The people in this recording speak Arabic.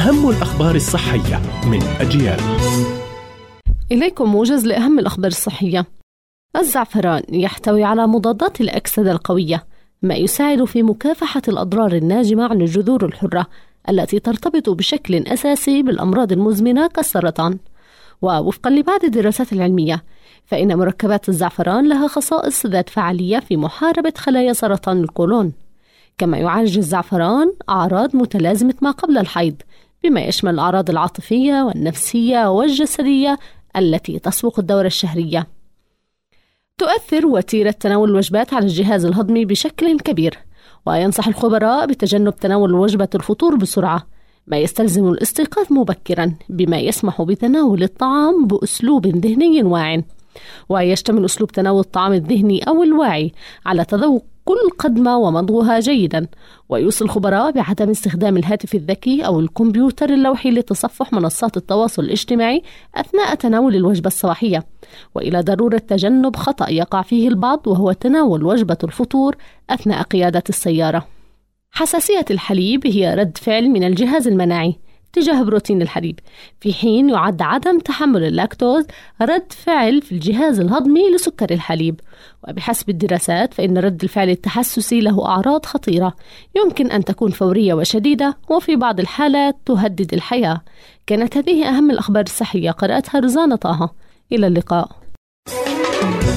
أهم الأخبار الصحية من أجيال. إليكم موجز لأهم الأخبار الصحية. الزعفران يحتوي على مضادات الأكسدة القوية، ما يساعد في مكافحة الأضرار الناجمة عن الجذور الحرة التي ترتبط بشكل أساسي بالأمراض المزمنة كالسرطان. ووفقا لبعض الدراسات العلمية، فإن مركبات الزعفران لها خصائص ذات فعالية في محاربة خلايا سرطان القولون. كما يعالج الزعفران أعراض متلازمة ما قبل الحيض، بما يشمل الأعراض العاطفية والنفسية والجسدية التي تسبق الدورة الشهرية. تؤثر وتيرة تناول الوجبات على الجهاز الهضمي بشكل كبير، وينصح الخبراء بتجنب تناول وجبة الفطور بسرعة، ما يستلزم الاستيقاظ مبكرا، بما يسمح بتناول الطعام بأسلوب ذهني واع. ويشتمل أسلوب تناول الطعام الذهني أو الواعي على تذوق كل قدمة ومضغها جيدا. ويوصي الخبراء بعدم استخدام الهاتف الذكي أو الكمبيوتر اللوحي لتصفح منصات التواصل الاجتماعي أثناء تناول الوجبة الصباحية، وإلى ضرورة تجنب خطأ يقع فيه البعض، وهو تناول وجبة الفطور أثناء قيادة السيارة. حساسية الحليب هي رد فعل من الجهاز المناعي تجاه بروتين الحليب، في حين يعد عدم تحمل اللاكتوز رد فعل في الجهاز الهضمي لسكر الحليب. وبحسب الدراسات فإن رد الفعل التحسسي له أعراض خطيرة يمكن أن تكون فورية وشديدة، وفي بعض الحالات تهدد الحياة. كانت هذه أهم الأخبار الصحية، قرأتها رزانة طه. إلى اللقاء.